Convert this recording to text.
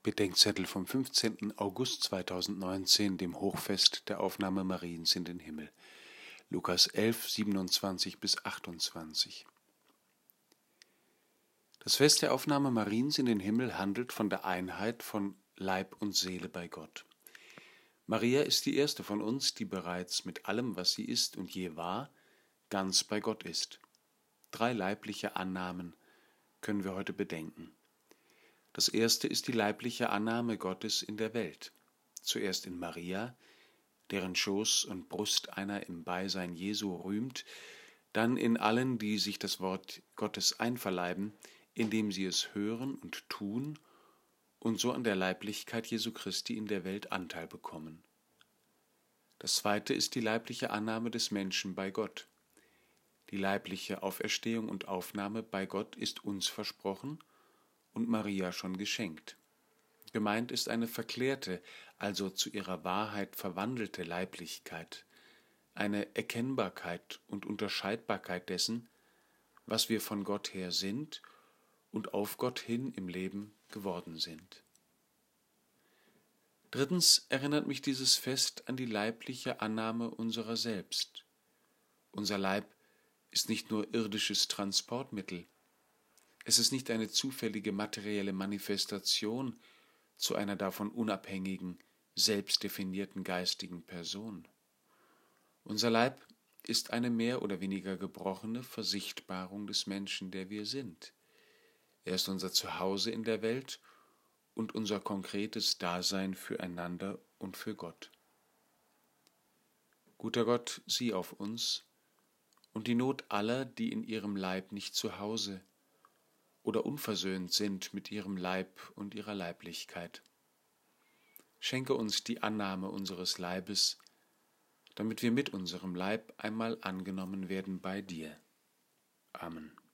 Bedenkzettel vom 15. August 2019, dem Hochfest der Aufnahme Mariens in den Himmel. Lukas 11, 27 bis 28. Das Fest der Aufnahme Mariens in den Himmel handelt von der Einheit von Leib und Seele bei Gott. Maria ist die erste von uns, die bereits mit allem, was sie ist und je war, ganz bei Gott ist. 3 leibliche Annahmen können wir heute bedenken. Das erste ist die leibliche Annahme Gottes in der Welt. Zuerst in Maria, deren Schoß und Brust einer im Beisein Jesu rühmt, dann in allen, die sich das Wort Gottes einverleiben, indem sie es hören und tun und so an der Leiblichkeit Jesu Christi in der Welt Anteil bekommen. Das zweite ist die leibliche Annahme des Menschen bei Gott. Die leibliche Auferstehung und Aufnahme bei Gott ist uns versprochen und Maria schon geschenkt. Gemeint ist eine verklärte, also zu ihrer Wahrheit verwandelte Leiblichkeit, eine Erkennbarkeit und Unterscheidbarkeit dessen, was wir von Gott her sind und auf Gott hin im Leben geworden sind. Drittens erinnert mich dieses Fest an die leibliche Annahme unserer selbst. Unser Leib ist nicht nur irdisches Transportmittel. Es ist nicht eine zufällige materielle Manifestation zu einer davon unabhängigen, selbstdefinierten geistigen Person. Unser Leib ist eine mehr oder weniger gebrochene Versichtbarung des Menschen, der wir sind. Er ist unser Zuhause in der Welt und unser konkretes Dasein füreinander und für Gott. Guter Gott, sieh auf uns und die Not aller, die in ihrem Leib nicht zu Hause oder unversöhnt sind mit ihrem Leib und ihrer Leiblichkeit. Schenke uns die Annahme unseres Leibes, damit wir mit unserem Leib einmal angenommen werden bei dir. Amen.